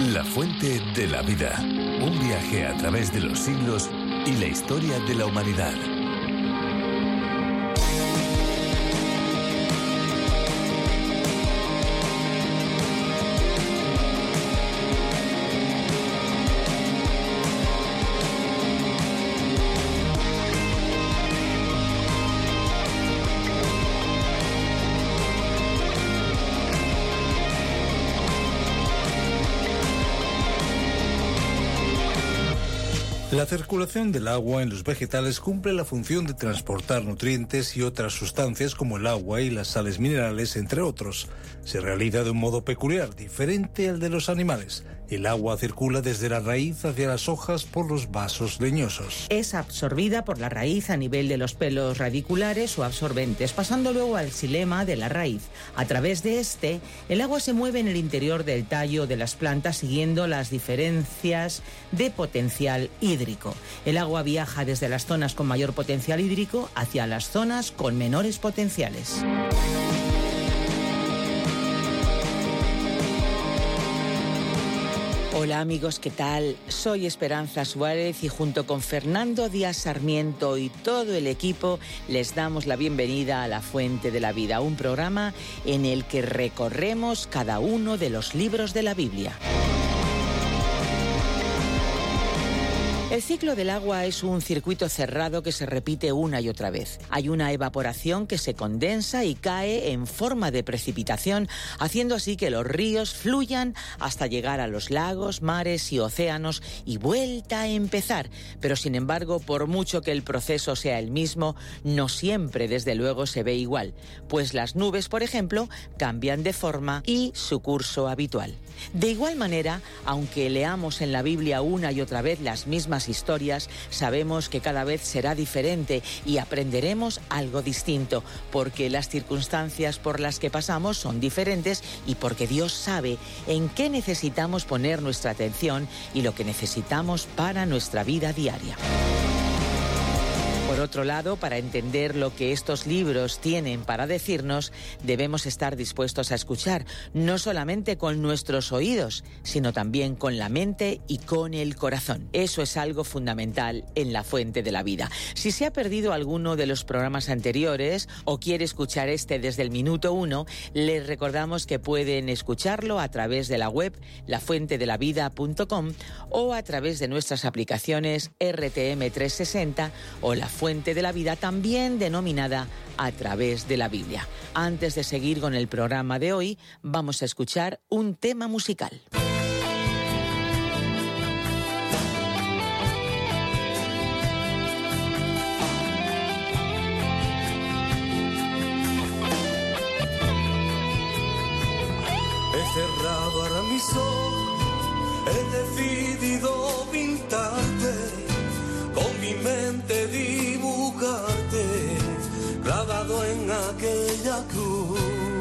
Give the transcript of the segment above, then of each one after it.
La fuente de la vida. Un viaje a través de los siglos y la historia de la humanidad. La circulación del agua en los vegetales cumple la función de transportar nutrientes y otras sustancias como el agua y las sales minerales, entre otros. Se realiza de un modo peculiar, diferente al de los animales. El agua circula desde la raíz hacia las hojas por los vasos leñosos. Es absorbida por la raíz a nivel de los pelos radiculares o absorbentes, pasando luego al xilema de la raíz. A través de este, el agua se mueve en el interior del tallo de las plantas siguiendo las diferencias de potencial hídrico. El agua viaja desde las zonas con mayor potencial hídrico hacia las zonas con menores potenciales. Hola amigos, ¿qué tal? Soy Esperanza Suárez y junto con Fernando Díaz Sarmiento y todo el equipo les damos la bienvenida a La Fuente de la Vida, un programa en el que recorremos cada uno de los libros de la Biblia. El ciclo del agua es un circuito cerrado que se repite una y otra vez. Hay una evaporación que se condensa y cae en forma de precipitación, haciendo así que los ríos fluyan hasta llegar a los lagos, mares y océanos y vuelta a empezar. Pero sin embargo, por mucho que el proceso sea el mismo, no siempre desde luego se ve igual, pues las nubes, por ejemplo, cambian de forma y su curso habitual. De igual manera, aunque leamos en la Biblia una y otra vez las mismas historias, sabemos que cada vez será diferente y aprenderemos algo distinto, porque las circunstancias por las que pasamos son diferentes y porque Dios sabe en qué necesitamos poner nuestra atención y lo que necesitamos para nuestra vida diaria. Por otro lado, para entender lo que estos libros tienen para decirnos, debemos estar dispuestos a escuchar, no solamente con nuestros oídos, sino también con la mente y con el corazón. Eso es algo fundamental en La Fuente de la Vida. Si se ha perdido alguno de los programas anteriores o quiere escuchar este desde el minuto 1, les recordamos que pueden escucharlo a través de la web lafuentedelavida.com o a través de nuestras aplicaciones RTM 360 o La Fuente de la Vida, también denominada A Través de la Biblia. Antes de seguir con el programa de hoy, vamos a escuchar un tema musical. He cerrado ahora mis ojos, he decidido pintarte, con mi mente dibujarte, clavado en aquella cruz.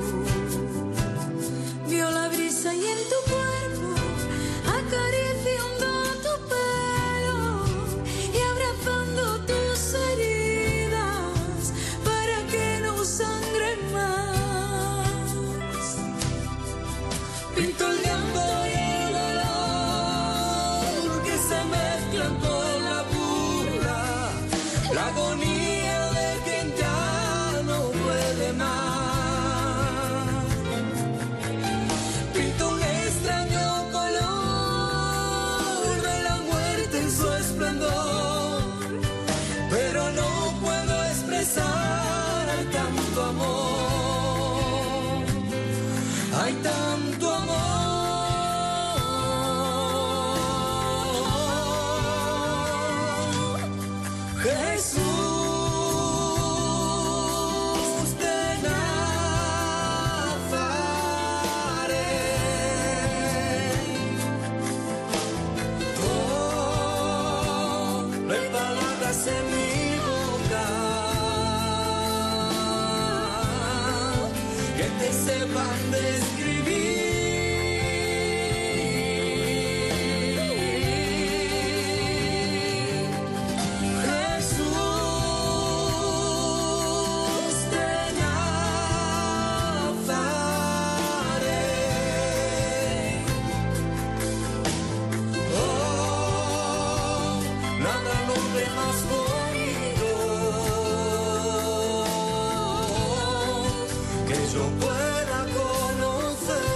Vio la brisa y en tu cuerpo, acariciando tu pelo y abrazando tus heridas para que no sangren más. Pinto el llanto y el dolor que se mezclan con la burla, la agonía de quien ya no puede más. Pinto un extraño color de la muerte en su esplendor, pero no puedo expresar tanto amor. Hay tanto amor. Jesús de Nazaret, oh, no hay palabras en mi boca que te sepan describir. nombre más bonito que yo pueda conocer.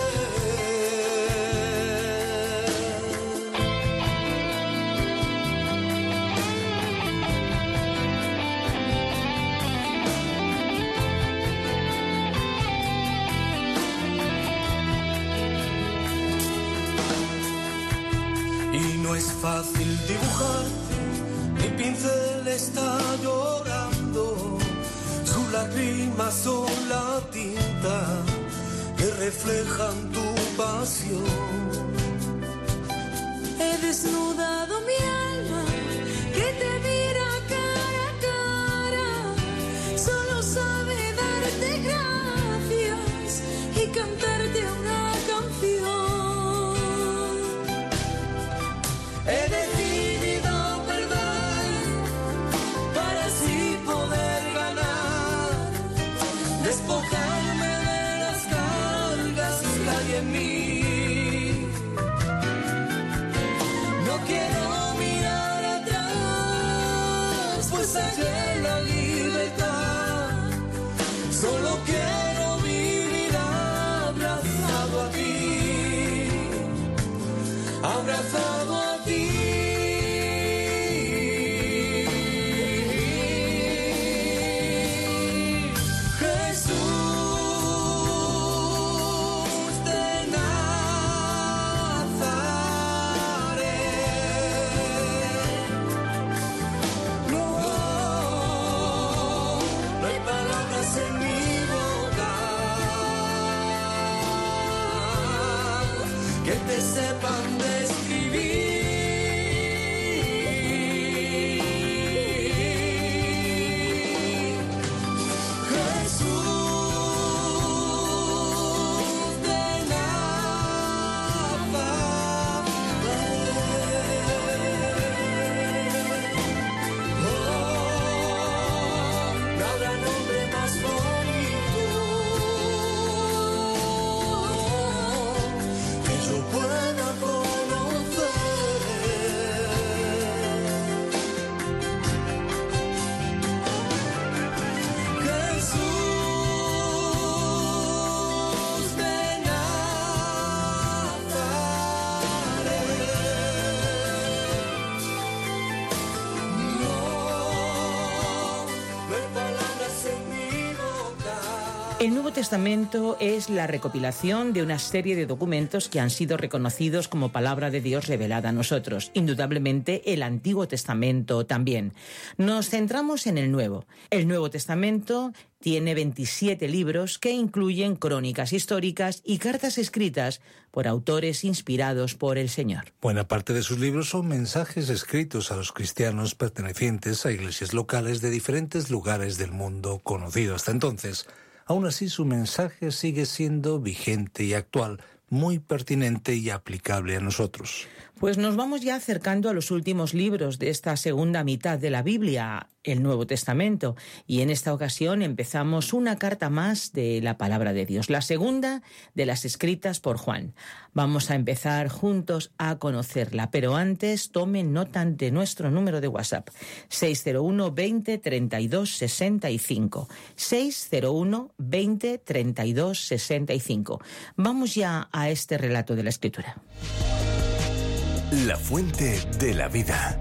Y no es fácil dibujarte, mi pincel está llorando, sus lágrimas son la tinta que reflejan tu pasión. He desnudado mi alma que te mira cara a cara, solo sabe darte gracias y cantarte una canción. He decidido perder para así poder ganar, despojarme de las cargas que hay en mí. No quiero mirar atrás, pues hallé la libertad. Solo quiero vivir abrazado a ti, abrazado a ti. Jesús de Nazaret. No hay palabras en mi boca que te sepan describir. Jesús de Nazaret. No habrá nombre más bonito que yo pueda conocer. Jesús de Nazaret. No hay palabras en mi boca. El Nuevo Testamento es la recopilación de una serie de documentos que han sido reconocidos como palabra de Dios revelada a nosotros. Indudablemente, el Antiguo Testamento también. Nos centramos en el Nuevo. El Nuevo Testamento tiene 27 libros que incluyen crónicas históricas y cartas escritas por autores inspirados por el Señor. Buena parte de sus libros son mensajes escritos a los cristianos pertenecientes a iglesias locales de diferentes lugares del mundo conocido hasta entonces. Aún así, su mensaje sigue siendo vigente y actual, muy pertinente y aplicable a nosotros. Pues nos vamos ya acercando a los últimos libros de esta segunda mitad de la Biblia, el Nuevo Testamento, y en esta ocasión empezamos una carta más de la palabra de Dios, la segunda de las escritas por Juan. Vamos a empezar juntos a conocerla, pero antes tomen nota de nuestro número de WhatsApp, 601 20 32 65, 601 20 32 65. Vamos ya a este relato de la Escritura. La fuente de la vida.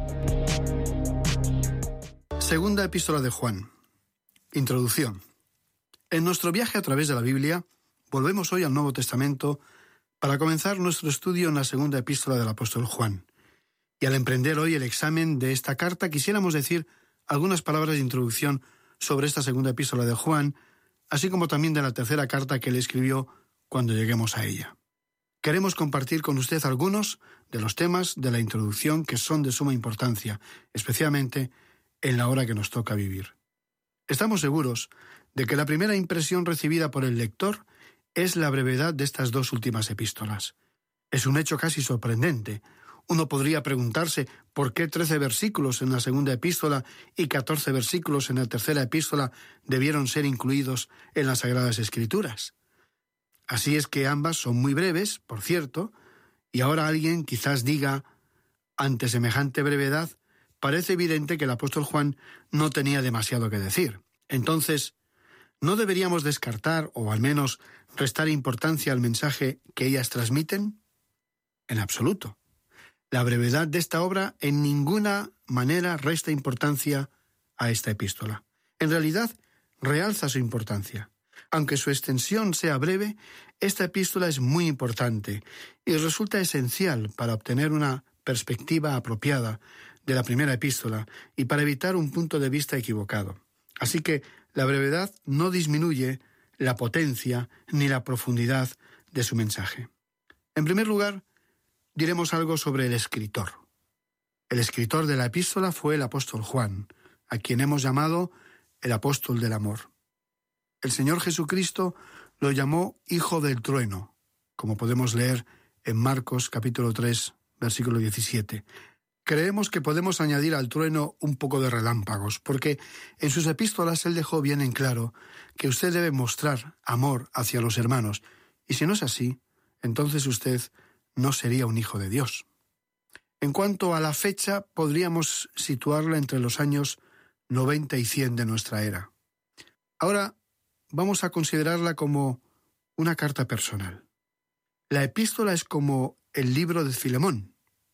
Segunda epístola de Juan. Introducción. En nuestro viaje a través de la Biblia, volvemos hoy al Nuevo Testamento para comenzar nuestro estudio en la segunda epístola del apóstol Juan. Y al emprender hoy el examen de esta carta, quisiéramos decir algunas palabras de introducción sobre esta segunda epístola de Juan, así como también de la tercera carta que él escribió cuando lleguemos a ella. Queremos compartir con usted algunos de los temas de la introducción que son de suma importancia, especialmente en la hora que nos toca vivir. Estamos seguros de que la primera impresión recibida por el lector es la brevedad de estas dos últimas epístolas. Es un hecho casi sorprendente. Uno podría preguntarse por qué 13 versículos en la segunda epístola y 14 versículos en la tercera epístola debieron ser incluidos en las Sagradas Escrituras. Así es que ambas son muy breves, por cierto, y ahora alguien quizás diga, ante semejante brevedad, parece evidente que el apóstol Juan no tenía demasiado que decir. Entonces, ¿no deberíamos descartar o al menos restar importancia al mensaje que ellas transmiten? En absoluto. La brevedad de esta obra en ninguna manera resta importancia a esta epístola. En realidad, realza su importancia. Aunque su extensión sea breve, esta epístola es muy importante y resulta esencial para obtener una perspectiva apropiada de la primera epístola y para evitar un punto de vista equivocado. Así que la brevedad no disminuye la potencia ni la profundidad de su mensaje. En primer lugar, diremos algo sobre el escritor. El escritor de la epístola fue el apóstol Juan, a quien hemos llamado el apóstol del amor. El Señor Jesucristo lo llamó Hijo del Trueno, como podemos leer en Marcos capítulo 3, versículo 17. Creemos que podemos añadir al trueno un poco de relámpagos, porque en sus epístolas él dejó bien en claro que usted debe mostrar amor hacia los hermanos, y si no es así, entonces usted no sería un hijo de Dios. En cuanto a la fecha, podríamos situarla entre los años 90 y 100 de nuestra era. Ahora vamos a considerarla como una carta personal. La epístola es como el libro de Filemón,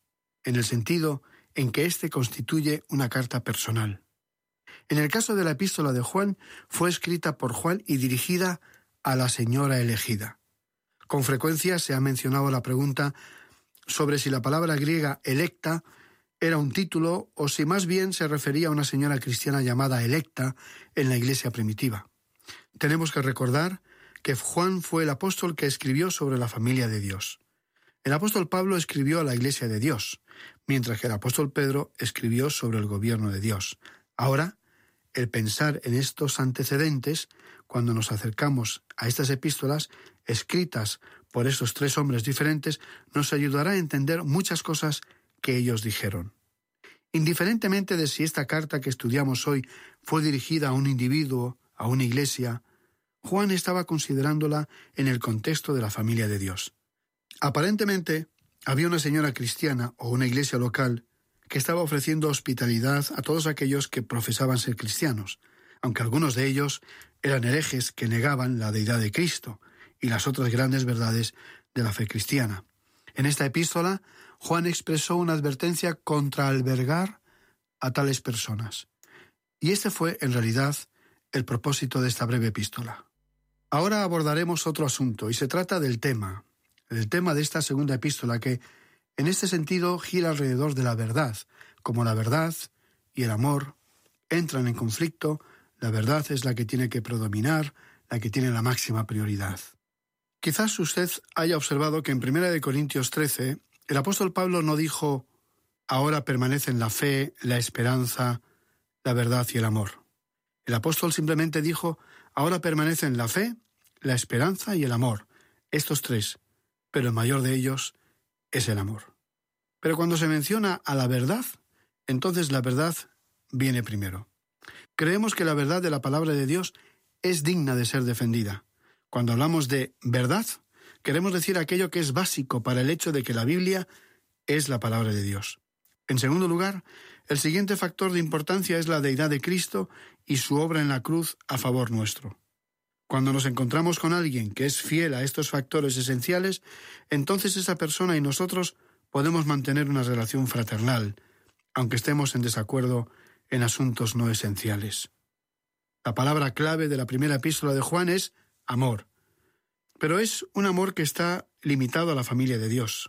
en el sentido en que éste constituye una carta personal. En el caso de la epístola de Juan, fue escrita por Juan y dirigida a la señora elegida. Con frecuencia se ha mencionado la pregunta sobre si la palabra griega electa era un título o si más bien se refería a una señora cristiana llamada electa en la iglesia primitiva. Tenemos que recordar que Juan fue el apóstol que escribió sobre la familia de Dios. El apóstol Pablo escribió a la iglesia de Dios, mientras que el apóstol Pedro escribió sobre el gobierno de Dios. Ahora, el pensar en estos antecedentes, cuando nos acercamos a estas epístolas escritas por estos tres hombres diferentes, nos ayudará a entender muchas cosas que ellos dijeron. Indiferentemente de si esta carta que estudiamos hoy fue dirigida a un individuo, a una iglesia, Juan estaba considerándola en el contexto de la familia de Dios. Aparentemente, había una señora cristiana o una iglesia local que estaba ofreciendo hospitalidad a todos aquellos que profesaban ser cristianos, aunque algunos de ellos eran herejes que negaban la deidad de Cristo y las otras grandes verdades de la fe cristiana. En esta epístola, Juan expresó una advertencia contra albergar a tales personas. Y este fue, en realidad, el propósito de esta breve epístola. Ahora abordaremos otro asunto, y se trata del tema de esta segunda epístola, que, en este sentido, gira alrededor de la verdad. Como la verdad y el amor entran en conflicto, la verdad es la que tiene que predominar, la que tiene la máxima prioridad. Quizás usted haya observado que en 1 Corintios 13, el apóstol Pablo no dijo: ahora permanecen la fe, la esperanza, la verdad y el amor. El apóstol simplemente dijo: ahora permanecen la fe, la esperanza y el amor. Estos tres, pero el mayor de ellos es el amor. Pero cuando se menciona a la verdad, entonces la verdad viene primero. Creemos que la verdad de la palabra de Dios es digna de ser defendida. Cuando hablamos de verdad, queremos decir aquello que es básico para el hecho de que la Biblia es la palabra de Dios. En segundo lugar, el siguiente factor de importancia es la deidad de Cristo y su obra en la cruz a favor nuestro. Cuando nos encontramos con alguien que es fiel a estos factores esenciales, entonces esa persona y nosotros podemos mantener una relación fraternal, aunque estemos en desacuerdo en asuntos no esenciales. La palabra clave de la primera epístola de Juan es amor, pero es un amor que está limitado a la familia de Dios.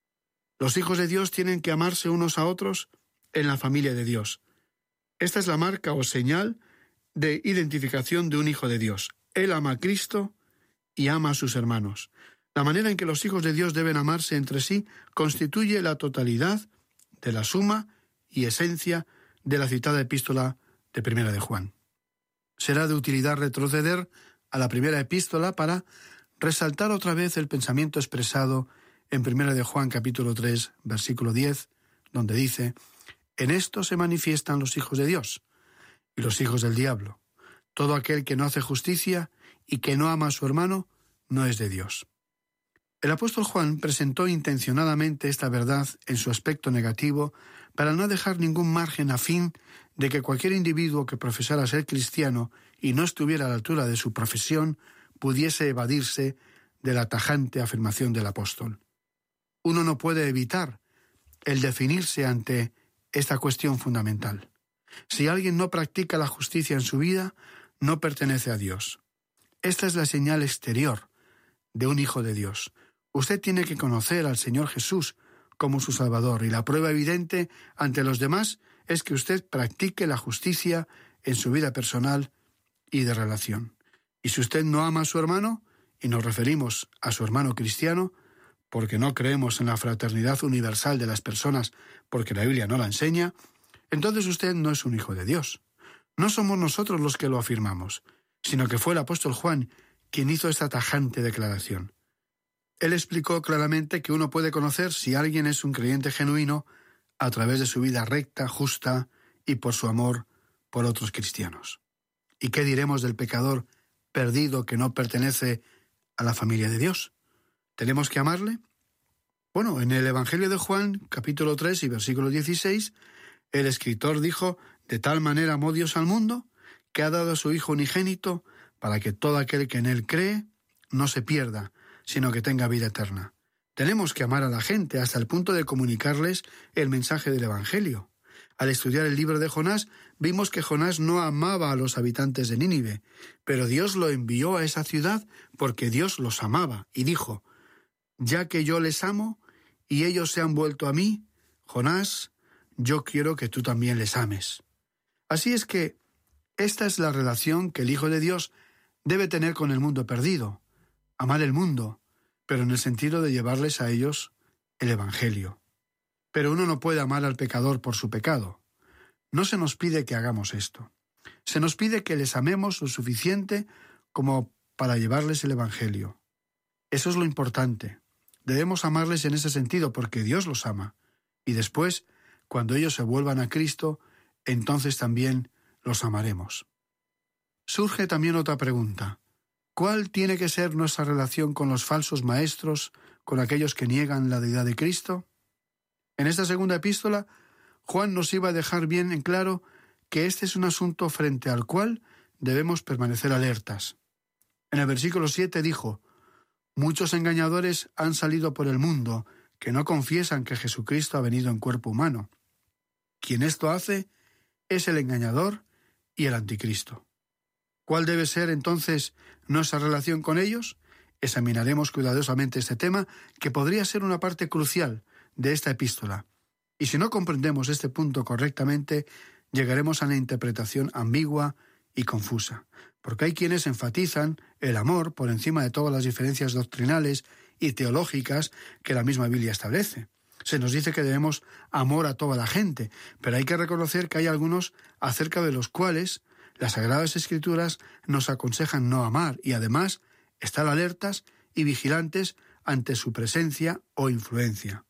Los hijos de Dios tienen que amarse unos a otros en la familia de Dios. Esta es la marca o señal de identificación de un hijo de Dios. Él ama a Cristo y ama a sus hermanos. La manera en que los hijos de Dios deben amarse entre sí constituye la totalidad de la suma y esencia de la citada epístola de Primera de Juan. Será de utilidad retroceder a la primera epístola para resaltar otra vez el pensamiento expresado en Primera de Juan capítulo 3, versículo 10, donde dice: en esto se manifiestan los hijos de Dios y los hijos del diablo. Todo aquel que no hace justicia y que no ama a su hermano no es de Dios. El apóstol Juan presentó intencionadamente esta verdad en su aspecto negativo para no dejar ningún margen a fin de que cualquier individuo que profesara ser cristiano y no estuviera a la altura de su profesión pudiese evadirse de la tajante afirmación del apóstol. Uno no puede evitar el definirse ante esta cuestión fundamental. Si alguien no practica la justicia en su vida, no pertenece a Dios. Esta es la señal exterior de un hijo de Dios. Usted tiene que conocer al Señor Jesús como su Salvador, y la prueba evidente ante los demás es que usted practique la justicia en su vida personal y de relación. Y si usted no ama a su hermano, y nos referimos a su hermano cristiano, porque no creemos en la fraternidad universal de las personas, porque la Biblia no la enseña, entonces usted no es un hijo de Dios. No somos nosotros los que lo afirmamos, sino que fue el apóstol Juan quien hizo esta tajante declaración. Él explicó claramente que uno puede conocer si alguien es un creyente genuino a través de su vida recta, justa y por su amor por otros cristianos. ¿Y qué diremos del pecador perdido que no pertenece a la familia de Dios? ¿Tenemos que amarle? Bueno, en el Evangelio de Juan, capítulo 3 y versículo 16, el escritor dijo: «De tal manera amó Dios al mundo, que ha dado a su Hijo unigénito, para que todo aquel que en él cree no se pierda, sino que tenga vida eterna». Tenemos que amar a la gente hasta el punto de comunicarles el mensaje del Evangelio. Al estudiar el libro de Jonás, vimos que Jonás no amaba a los habitantes de Nínive, pero Dios lo envió a esa ciudad porque Dios los amaba, y dijo: «Ya que yo les amo y ellos se han vuelto a mí, Jonás, yo quiero que tú también les ames». Así es que esta es la relación que el Hijo de Dios debe tener con el mundo perdido, amar el mundo, pero en el sentido de llevarles a ellos el Evangelio. Pero uno no puede amar al pecador por su pecado. No se nos pide que hagamos esto. Se nos pide que les amemos lo suficiente como para llevarles el Evangelio. Eso es lo importante. Debemos amarles en ese sentido porque Dios los ama. Y después, cuando ellos se vuelvan a Cristo, entonces también los amaremos. Surge también otra pregunta. ¿Cuál tiene que ser nuestra relación con los falsos maestros, con aquellos que niegan la deidad de Cristo? En esta segunda epístola, Juan nos iba a dejar bien en claro que este es un asunto frente al cual debemos permanecer alertas. En el versículo 7 dijo: «Muchos engañadores han salido por el mundo, que no confiesan que Jesucristo ha venido en cuerpo humano. Quien esto hace es el engañador y el anticristo». ¿Cuál debe ser entonces nuestra relación con ellos? Examinaremos cuidadosamente este tema, que podría ser una parte crucial de esta epístola. Y si no comprendemos este punto correctamente, llegaremos a una interpretación ambigua y confusa, porque hay quienes enfatizan el amor por encima de todas las diferencias doctrinales y teológicas que la misma Biblia establece. Se nos dice que debemos amor a toda la gente, pero hay que reconocer que hay algunos acerca de los cuales las Sagradas Escrituras nos aconsejan no amar y además estar alertas y vigilantes ante su presencia o influencia.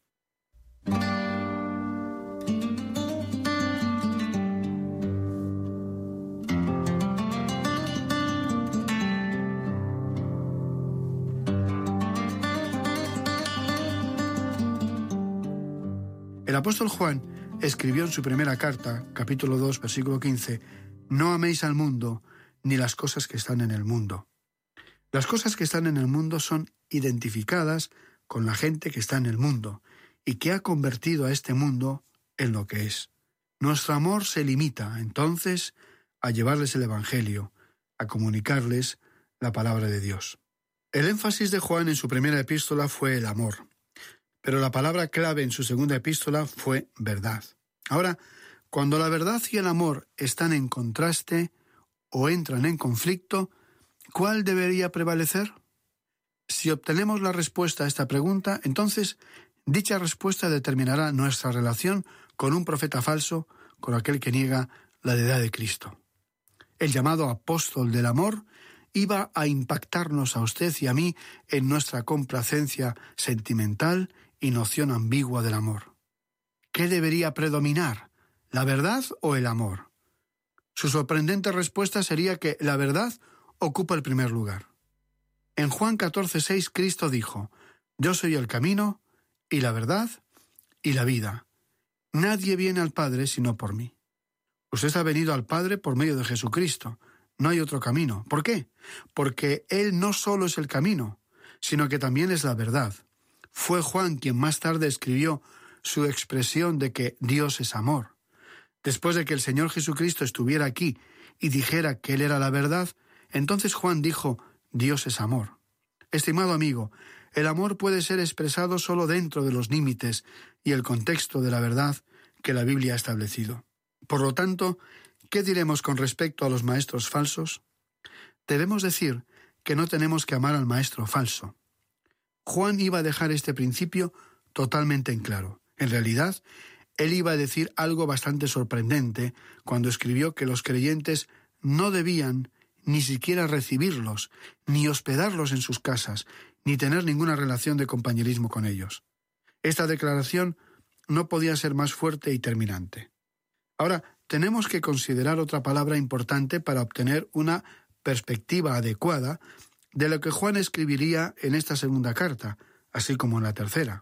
El apóstol Juan escribió en su primera carta, capítulo 2, versículo 15, «No améis al mundo, ni las cosas que están en el mundo». Las cosas que están en el mundo son identificadas con la gente que está en el mundo y que ha convertido a este mundo en lo que es. Nuestro amor se limita, entonces, a llevarles el Evangelio, a comunicarles la palabra de Dios. El énfasis de Juan en su primera epístola fue el amor, pero la palabra clave en su segunda epístola fue verdad. Ahora, cuando la verdad y el amor están en contraste o entran en conflicto, ¿cuál debería prevalecer? Si obtenemos la respuesta a esta pregunta, entonces dicha respuesta determinará nuestra relación con un profeta falso, con aquel que niega la deidad de Cristo. El llamado apóstol del amor iba a impactarnos a usted y a mí en nuestra complacencia sentimental y noción ambigua del amor. ¿Qué debería predominar, la verdad o el amor? Su sorprendente respuesta sería que la verdad ocupa el primer lugar. En Juan 14:6 Cristo dijo: «Yo soy el camino y la verdad y la vida. Nadie viene al Padre sino por mí. Usted ha venido al Padre por medio de Jesucristo. No hay otro camino. ¿Por qué? Porque Él no solo es el camino, sino que también es la verdad. Fue Juan quien más tarde escribió su expresión de que Dios es amor. Después de que el Señor Jesucristo estuviera aquí y dijera que Él era la verdad, entonces Juan dijo, Dios es amor. Estimado amigo, el amor puede ser expresado solo dentro de los límites y el contexto de la verdad que la Biblia ha establecido. Por lo tanto, ¿qué diremos con respecto a los maestros falsos? Debemos decir que no tenemos que amar al maestro falso. Juan iba a dejar este principio totalmente en claro. En realidad, él iba a decir algo bastante sorprendente cuando escribió que los creyentes no debían ni siquiera recibirlos, ni hospedarlos en sus casas, ni tener ninguna relación de compañerismo con ellos. Esta declaración no podía ser más fuerte y terminante. Ahora, tenemos que considerar otra palabra importante para obtener una perspectiva adecuada de lo que Juan escribiría en esta segunda carta, así como en la tercera.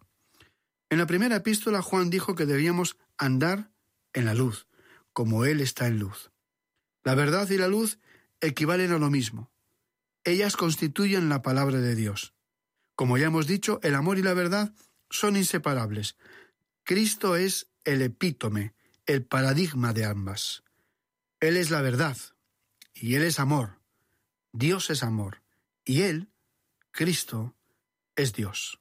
En la primera epístola, Juan dijo que debíamos andar en la luz, como Él está en luz. La verdad y la luz equivalen a lo mismo. Ellas constituyen la palabra de Dios. Como ya hemos dicho, el amor y la verdad son inseparables. Cristo es el epítome, el paradigma de ambas. Él es la verdad y Él es amor. Dios es amor y Él, Cristo, es Dios.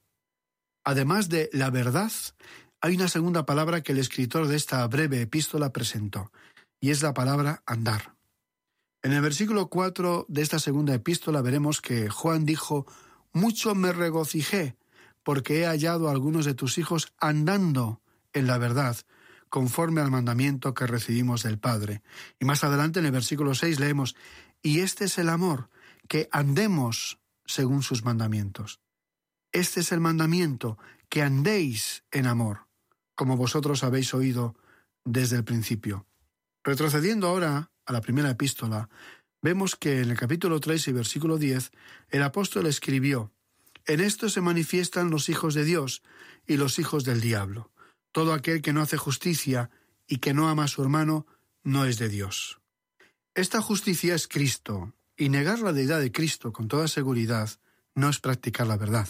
Además de la verdad, hay una segunda palabra que el escritor de esta breve epístola presentó, y es la palabra andar. En el versículo 4 de esta segunda epístola veremos que Juan dijo, «Mucho me regocijé, porque he hallado a algunos de tus hijos andando en la verdad, conforme al mandamiento que recibimos del Padre». Y más adelante en el versículo 6 leemos, «Y este es el amor, que andemos según sus mandamientos». Este es el mandamiento, que andéis en amor, como vosotros habéis oído desde el principio. Retrocediendo ahora a la primera epístola, vemos que en el capítulo 3 y versículo 10, el apóstol escribió, «En esto se manifiestan los hijos de Dios y los hijos del diablo. Todo aquel que no hace justicia y que no ama a su hermano no es de Dios». Esta justicia es Cristo, y negar la deidad de Cristo con toda seguridad no es practicar la verdad.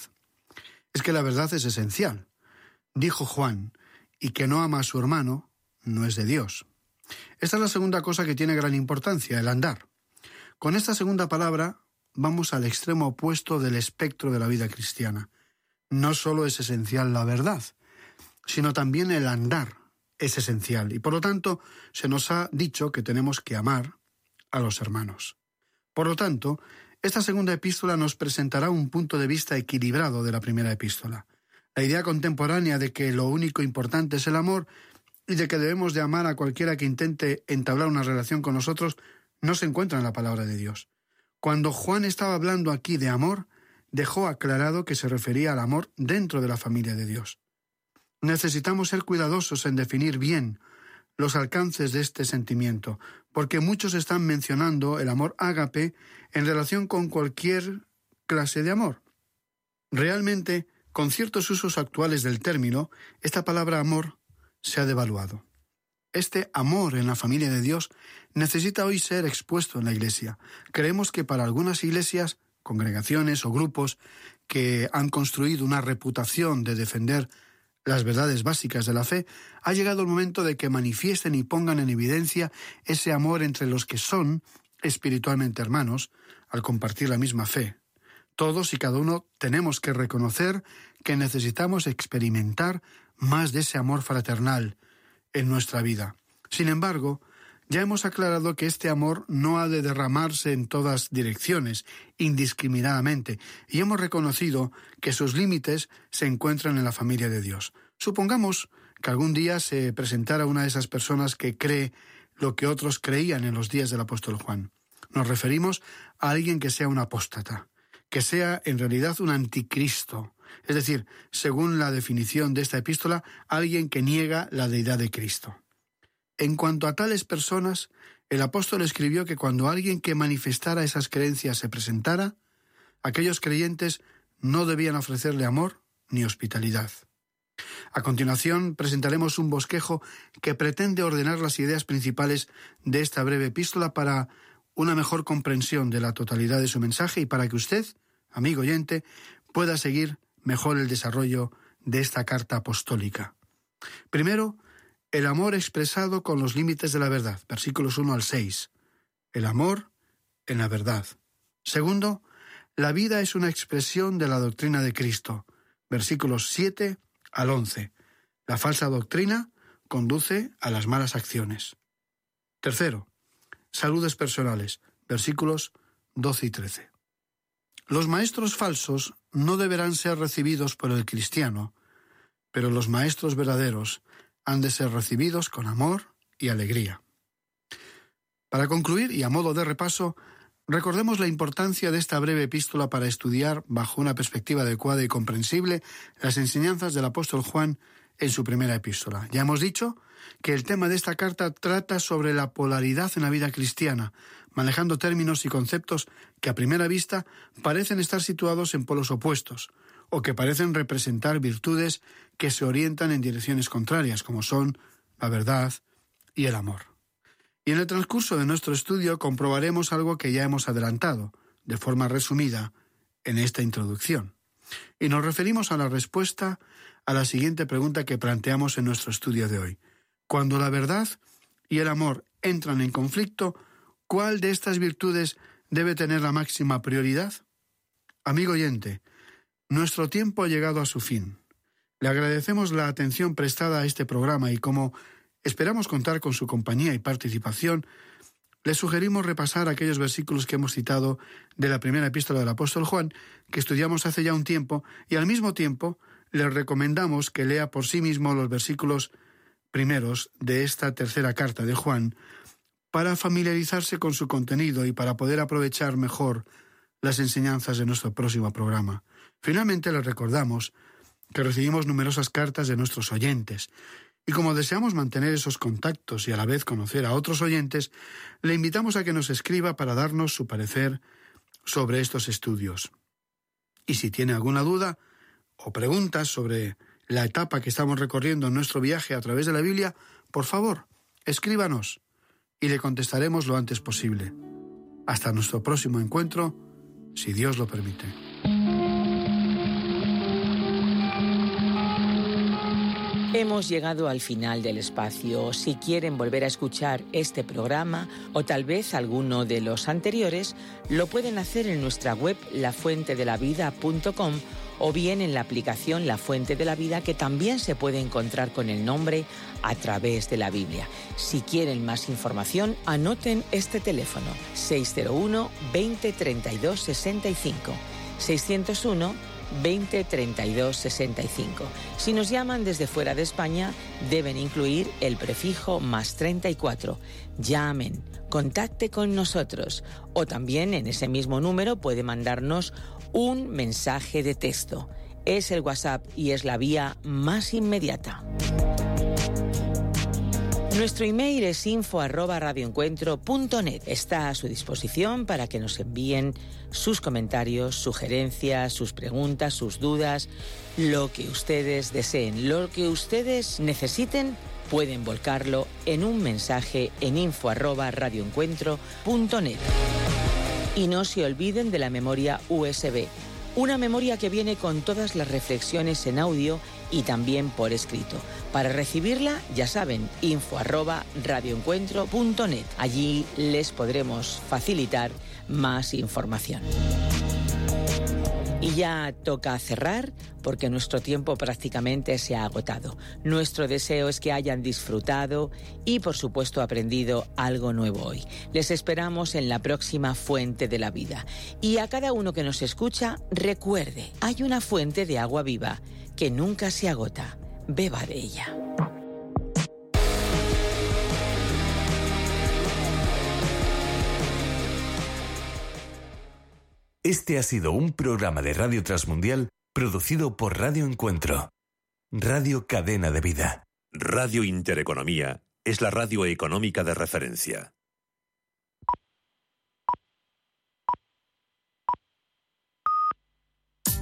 Es que la verdad es esencial. Dijo Juan, y que no ama a su hermano no es de Dios. Esta es la segunda cosa que tiene gran importancia, el andar. Con esta segunda palabra vamos al extremo opuesto del espectro de la vida cristiana. No solo es esencial la verdad, sino también el andar es esencial. Y por lo tanto, se nos ha dicho que tenemos que amar a los hermanos. Por lo tanto, esta segunda epístola nos presentará un punto de vista equilibrado de la primera epístola. La idea contemporánea de que lo único importante es el amor y de que debemos de amar a cualquiera que intente entablar una relación con nosotros no se encuentra en la palabra de Dios. Cuando Juan estaba hablando aquí de amor, dejó aclarado que se refería al amor dentro de la familia de Dios. Necesitamos ser cuidadosos en definir bien los alcances de este sentimiento, porque muchos están mencionando el amor ágape en relación con cualquier clase de amor. Realmente, con ciertos usos actuales del término, esta palabra amor se ha devaluado. Este amor en la familia de Dios necesita hoy ser expuesto en la Iglesia. Creemos que para algunas iglesias, congregaciones o grupos que han construido una reputación de defender las verdades básicas de la fe, ha llegado el momento de que manifiesten y pongan en evidencia ese amor entre los que son espiritualmente hermanos al compartir la misma fe. Todos y cada uno tenemos que reconocer que necesitamos experimentar más de ese amor fraternal en nuestra vida. Sin embargo, ya hemos aclarado que este amor no ha de derramarse en todas direcciones, indiscriminadamente, y hemos reconocido que sus límites se encuentran en la familia de Dios. Supongamos que algún día se presentara una de esas personas que cree lo que otros creían en los días del apóstol Juan. Nos referimos a alguien que sea un apóstata, que sea en realidad un anticristo, es decir, según la definición de esta epístola, alguien que niega la deidad de Cristo. En cuanto a tales personas, el apóstol escribió que cuando alguien que manifestara esas creencias se presentara, aquellos creyentes no debían ofrecerle amor ni hospitalidad. A continuación, presentaremos un bosquejo que pretende ordenar las ideas principales de esta breve epístola para una mejor comprensión de la totalidad de su mensaje y para que usted, amigo oyente, pueda seguir mejor el desarrollo de esta carta apostólica. Primero, el amor expresado con los límites de la verdad, versículos 1 al 6. El amor en la verdad. Segundo, la vida es una expresión de la doctrina de Cristo, versículos 7 al 11. La falsa doctrina conduce a las malas acciones. Tercero, saludes personales, versículos 12 y 13. Los maestros falsos no deberán ser recibidos por el cristiano, pero los maestros verdaderos han de ser recibidos con amor y alegría. Para concluir, y a modo de repaso, recordemos la importancia de esta breve epístola para estudiar, bajo una perspectiva adecuada y comprensible, las enseñanzas del apóstol Juan en su primera epístola. Ya hemos dicho que el tema de esta carta trata sobre la polaridad en la vida cristiana, manejando términos y conceptos que a primera vista parecen estar situados en polos opuestos, o que parecen representar virtudes que se orientan en direcciones contrarias, como son la verdad y el amor. Y en el transcurso de nuestro estudio comprobaremos algo que ya hemos adelantado, de forma resumida, en esta introducción. Y nos referimos a la respuesta a la siguiente pregunta que planteamos en nuestro estudio de hoy. Cuando la verdad y el amor entran en conflicto, ¿cuál de estas virtudes debe tener la máxima prioridad? Amigo oyente, nuestro tiempo ha llegado a su fin. Le agradecemos la atención prestada a este programa y como esperamos contar con su compañía y participación, le sugerimos repasar aquellos versículos que hemos citado de la primera epístola del apóstol Juan, que estudiamos hace ya un tiempo, y al mismo tiempo le recomendamos que lea por sí mismo los versículos primeros de esta tercera carta de Juan para familiarizarse con su contenido y para poder aprovechar mejor las enseñanzas de nuestro próximo programa. Finalmente les recordamos que recibimos numerosas cartas de nuestros oyentes y como deseamos mantener esos contactos y a la vez conocer a otros oyentes, le invitamos a que nos escriba para darnos su parecer sobre estos estudios. Y si tiene alguna duda o preguntas sobre la etapa que estamos recorriendo en nuestro viaje a través de la Biblia, por favor, escríbanos y le contestaremos lo antes posible. Hasta nuestro próximo encuentro, si Dios lo permite. Hemos llegado al final del espacio. Si quieren volver a escuchar este programa o tal vez alguno de los anteriores, lo pueden hacer en nuestra web lafuentedelavida.com o bien en la aplicación La Fuente de la Vida, que también se puede encontrar con el nombre A Través de la Biblia. Si quieren más información, anoten este teléfono: 601 20 32 65, 601 20 32 65. Si nos llaman desde fuera de España, deben incluir el prefijo +34. Llamen, contacte con nosotros o también en ese mismo número puede mandarnos un mensaje de texto. Es el WhatsApp y es la vía más inmediata. Nuestro email es info@radioencuentro.net. Está a su disposición para que nos envíen sus comentarios, sugerencias, sus preguntas, sus dudas, lo que ustedes deseen, lo que ustedes necesiten, pueden volcarlo en un mensaje en info@radioencuentro.net. Y no se olviden de la memoria USB, una memoria que viene con todas las reflexiones en audio y también por escrito. Para recibirla, ya saben, info@radioencuentro.net. Allí les podremos facilitar más información. Y ya toca cerrar porque nuestro tiempo prácticamente se ha agotado. Nuestro deseo es que hayan disfrutado y, por supuesto, aprendido algo nuevo hoy. Les esperamos en la próxima Fuente de la Vida. Y a cada uno que nos escucha, recuerde, hay una fuente de agua viva que nunca se agota. Beba de ella. Este ha sido un programa de Radio Transmundial producido por Radio Encuentro, Radio Cadena de Vida. Radio Intereconomía es la radio económica de referencia.